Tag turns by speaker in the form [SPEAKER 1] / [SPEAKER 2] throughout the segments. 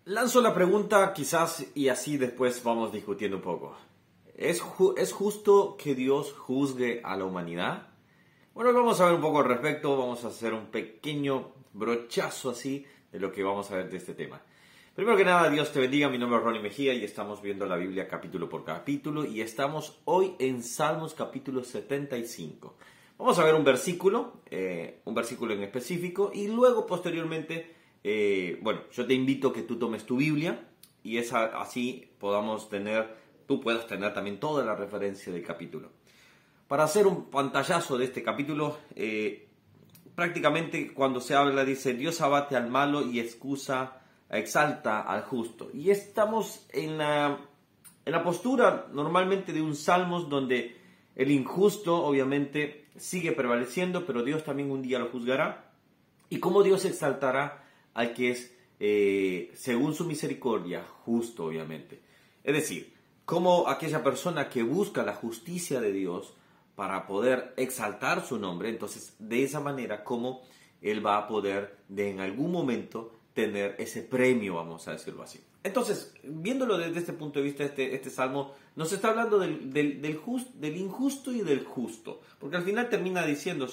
[SPEAKER 1] Lanzo la pregunta quizás y así después vamos discutiendo un poco. ¿Es justo que Dios juzgue a la humanidad? Bueno, vamos a ver un poco al respecto, vamos a hacer un pequeño brochazo así de lo que vamos a ver de este tema. Primero que nada, Dios te bendiga, mi nombre es Ronnie Mejía y estamos viendo la Biblia capítulo por capítulo y estamos hoy en Salmos capítulo 75. Vamos a ver un versículo en específico y luego posteriormente, yo te invito a que tú tomes tu Biblia y así tú puedas tener también toda la referencia del capítulo. Para hacer un pantallazo de este capítulo, prácticamente cuando se habla dice Dios abate al malo y exalta al justo. Y estamos en la postura normalmente de un salmos donde el injusto obviamente sigue prevaleciendo, pero Dios también un día lo juzgará. Y cómo Dios exaltará al que es, según su misericordia, justo obviamente. Es decir, como aquella persona que busca la justicia de Dios para poder exaltar su nombre, entonces de esa manera como Él va a poder en algún momento tener ese premio, vamos a decirlo así. Entonces, viéndolo desde este punto de vista, este salmo nos está hablando del injusto y del justo, porque al final termina diciendo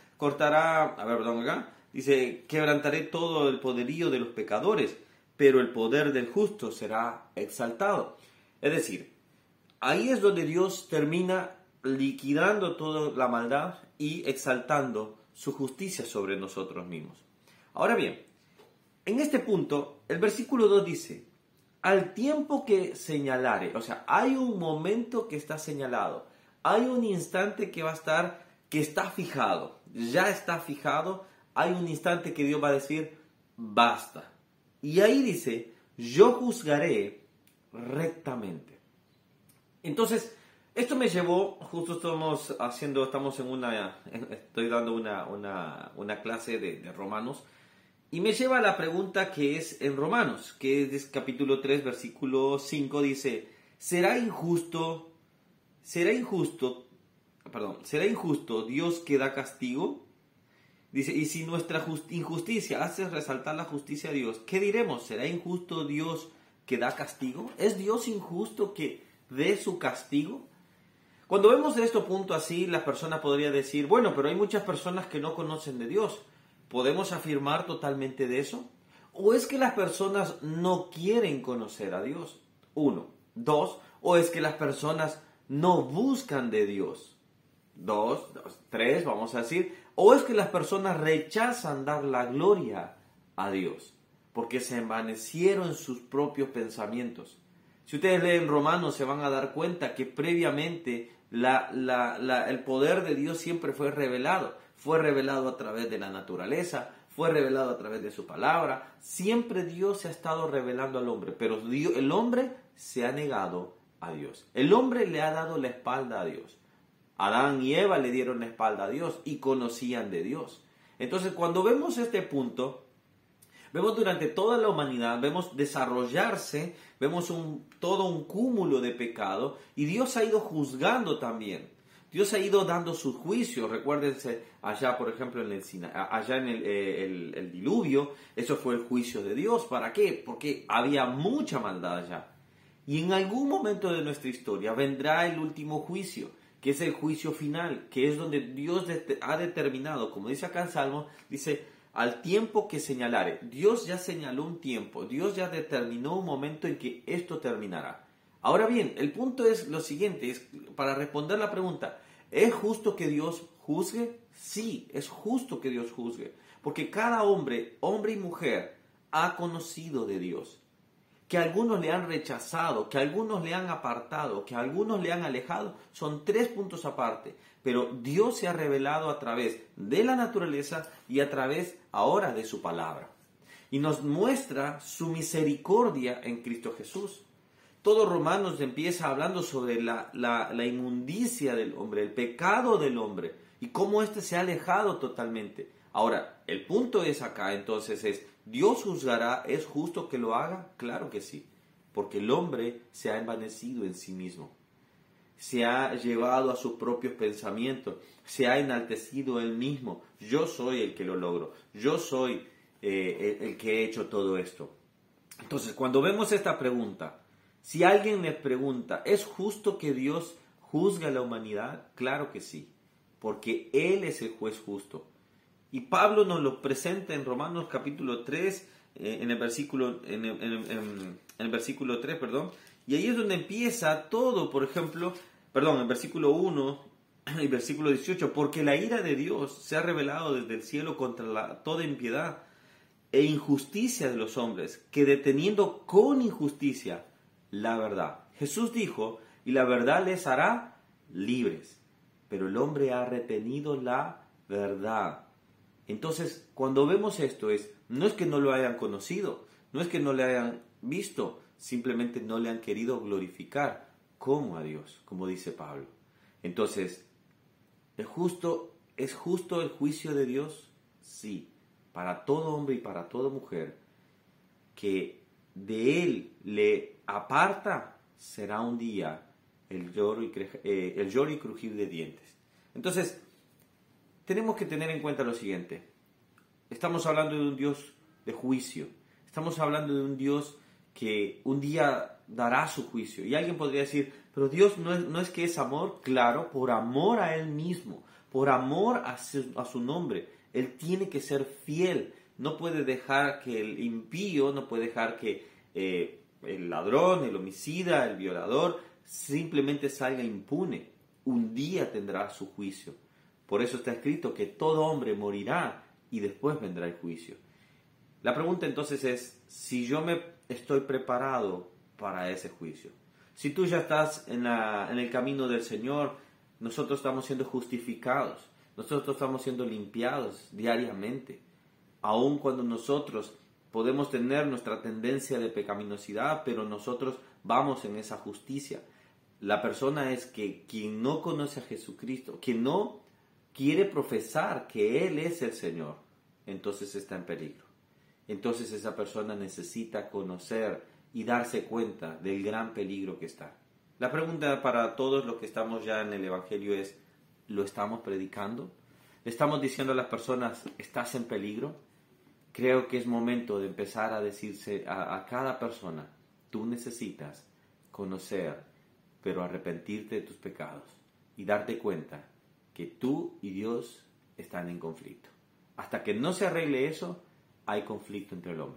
[SPEAKER 1] dice, quebrantaré todo el poderío de los pecadores, pero el poder del justo será exaltado. Es decir, ahí es donde Dios termina liquidando toda la maldad y exaltando su justicia sobre nosotros mismos. Ahora bien, en este punto, el versículo 2 dice, al tiempo que señalare, o sea, hay un momento que está señalado, hay un instante que está fijado, ya está fijado, hay un instante que Dios va a decir, basta. Y ahí dice, yo juzgaré rectamente. Entonces, esto me llevó, estoy dando una clase de Romanos, y me lleva a la pregunta que es en Romanos, que es capítulo 3, versículo 5, dice, ¿será injusto Dios que da castigo? Dice, y si nuestra injusticia hace resaltar la justicia de Dios, ¿qué diremos? ¿Será injusto Dios que da castigo? ¿Es Dios injusto que dé su castigo? Cuando vemos de este punto así, la persona podría decir, bueno, pero hay muchas personas que no conocen de Dios. ¿Podemos afirmar totalmente de eso? ¿O es que las personas no quieren conocer a Dios? 1. 2. ¿O es que las personas no buscan de Dios? 3, vamos a decir. ¿O es que las personas rechazan dar la gloria a Dios? Porque se envanecieron sus propios pensamientos. Si ustedes leen Romanos se van a dar cuenta que previamente el poder de Dios siempre fue revelado. Fue revelado a través de la naturaleza, fue revelado a través de su palabra. Siempre Dios se ha estado revelando al hombre, pero el hombre se ha negado a Dios. El hombre le ha dado la espalda a Dios. Adán y Eva le dieron la espalda a Dios y conocían de Dios. Entonces, cuando vemos este punto, vemos durante toda la humanidad, vemos desarrollarse, vemos todo un cúmulo de pecado y Dios ha ido juzgando también. Dios ha ido dando sus juicios. Recuérdense allá, por ejemplo, en el diluvio, eso fue el juicio de Dios. ¿Para qué? Porque había mucha maldad allá. Y en algún momento de nuestra historia vendrá el último juicio, que es el juicio final, que es donde Dios ha determinado, como dice acá en Salmo, dice, al tiempo que señalare. Dios ya señaló un tiempo, Dios ya determinó un momento en que esto terminará. Ahora bien, el punto es lo siguiente, para responder la pregunta, ¿es justo que Dios juzgue? Sí, es justo que Dios juzgue, porque cada hombre y mujer, ha conocido de Dios. Que algunos le han rechazado, que algunos le han apartado, que algunos le han alejado, son 3 puntos aparte. Pero Dios se ha revelado a través de la naturaleza y a través ahora de su palabra. Y nos muestra su misericordia en Cristo Jesús. Todo Romanos empieza hablando sobre la inmundicia del hombre, el pecado del hombre y cómo éste se ha alejado totalmente. Ahora, el punto es acá, entonces, ¿Dios juzgará? ¿Es justo que lo haga? Claro que sí, porque el hombre se ha envanecido en sí mismo. Se ha llevado a sus propios pensamientos, se ha enaltecido él mismo. Yo soy el que lo logro, yo soy el que he hecho todo esto. Entonces, cuando vemos esta pregunta, si alguien me pregunta, ¿es justo que Dios juzgue a la humanidad? Claro que sí, porque Él es el juez justo. Y Pablo nos lo presenta en Romanos capítulo 3, en el versículo 3, y ahí es donde empieza todo, en versículo 1 y versículo 18, porque la ira de Dios se ha revelado desde el cielo contra toda impiedad e injusticia de los hombres, que deteniendo con injusticia la verdad. Jesús dijo, y la verdad les hará libres, pero el hombre ha retenido la verdad. Entonces, cuando vemos esto, no es que no lo hayan conocido, no es que no le hayan visto, simplemente no le han querido glorificar como a Dios, como dice Pablo. Entonces, ¿es justo el juicio de Dios? Sí, para todo hombre y para toda mujer que de Él le aparta, será un día el lloro y crujir de dientes. Entonces, tenemos que tener en cuenta lo siguiente. Estamos hablando de un Dios de juicio. Estamos hablando de un Dios que un día dará su juicio. Y alguien podría decir, pero Dios no es que es amor. Claro, por amor a Él mismo, por amor a su nombre. Él tiene que ser fiel. No puede dejar que el impío, no puede dejar que el ladrón, el homicida, el violador, simplemente salga impune. Un día tendrá su juicio. Por eso está escrito que todo hombre morirá y después vendrá el juicio. La pregunta entonces es, si yo me estoy preparado para ese juicio. Si tú ya estás en el camino del Señor, nosotros estamos siendo justificados, nosotros estamos siendo limpiados diariamente. Aun cuando nosotros podemos tener nuestra tendencia de pecaminosidad, pero nosotros vamos en esa justicia. La persona es que quien no conoce a Jesucristo, quien no quiere profesar que Él es el Señor, entonces está en peligro. Entonces esa persona necesita conocer y darse cuenta del gran peligro que está. La pregunta para todos los que estamos ya en el Evangelio es, ¿lo estamos predicando? ¿Le estamos diciendo a las personas, estás en peligro? Creo que es momento de empezar a decirse a cada persona, tú necesitas conocer, pero arrepentirte de tus pecados y darte cuenta que tú y Dios están en conflicto. Hasta que no se arregle eso, hay conflicto entre el hombre.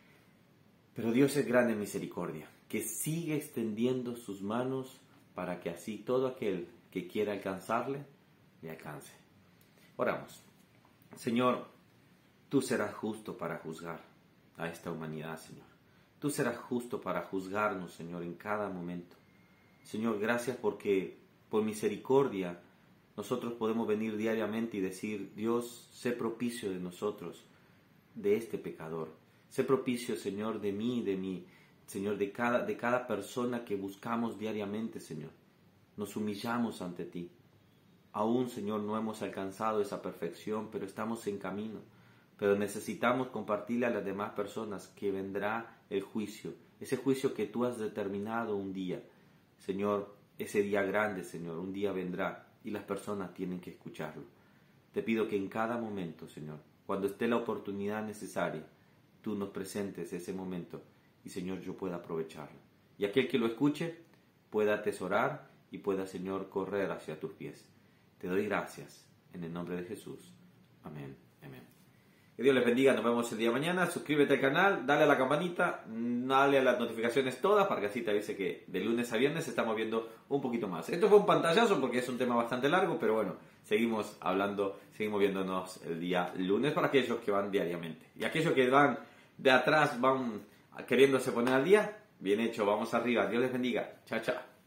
[SPEAKER 1] Pero Dios es grande en misericordia, que sigue extendiendo sus manos para que así todo aquel que quiera alcanzarle, le alcance. Oramos. Señor, tú serás justo para juzgar a esta humanidad, Señor. Tú serás justo para juzgarnos, Señor, en cada momento. Señor, gracias porque por misericordia nosotros podemos venir diariamente y decir, Dios, sé propicio de nosotros, de este pecador. Sé propicio, Señor, de mí, Señor, de cada persona que buscamos diariamente, Señor. Nos humillamos ante ti. Aún, Señor, no hemos alcanzado esa perfección, pero estamos en camino. Pero necesitamos compartirle a las demás personas que vendrá el juicio, ese juicio que tú has determinado un día. Señor, ese día grande, Señor, un día vendrá y las personas tienen que escucharlo. Te pido que en cada momento, Señor, cuando esté la oportunidad necesaria, tú nos presentes ese momento y, Señor, yo pueda aprovecharlo. Y aquel que lo escuche pueda atesorar y pueda, Señor, correr hacia tus pies. Te doy gracias en el nombre de Jesús. Amén. Amén. Que Dios les bendiga, nos vemos el día de mañana. Suscríbete al canal, dale a la campanita, dale a las notificaciones todas para que así te avise que de lunes a viernes estamos viendo un poquito más. Esto fue un pantallazo porque es un tema bastante largo, pero bueno, seguimos hablando, seguimos viéndonos el día lunes para aquellos que van diariamente. Y aquellos que van de atrás, van queriéndose poner al día, bien hecho, vamos arriba. Dios les bendiga. Chao, chao.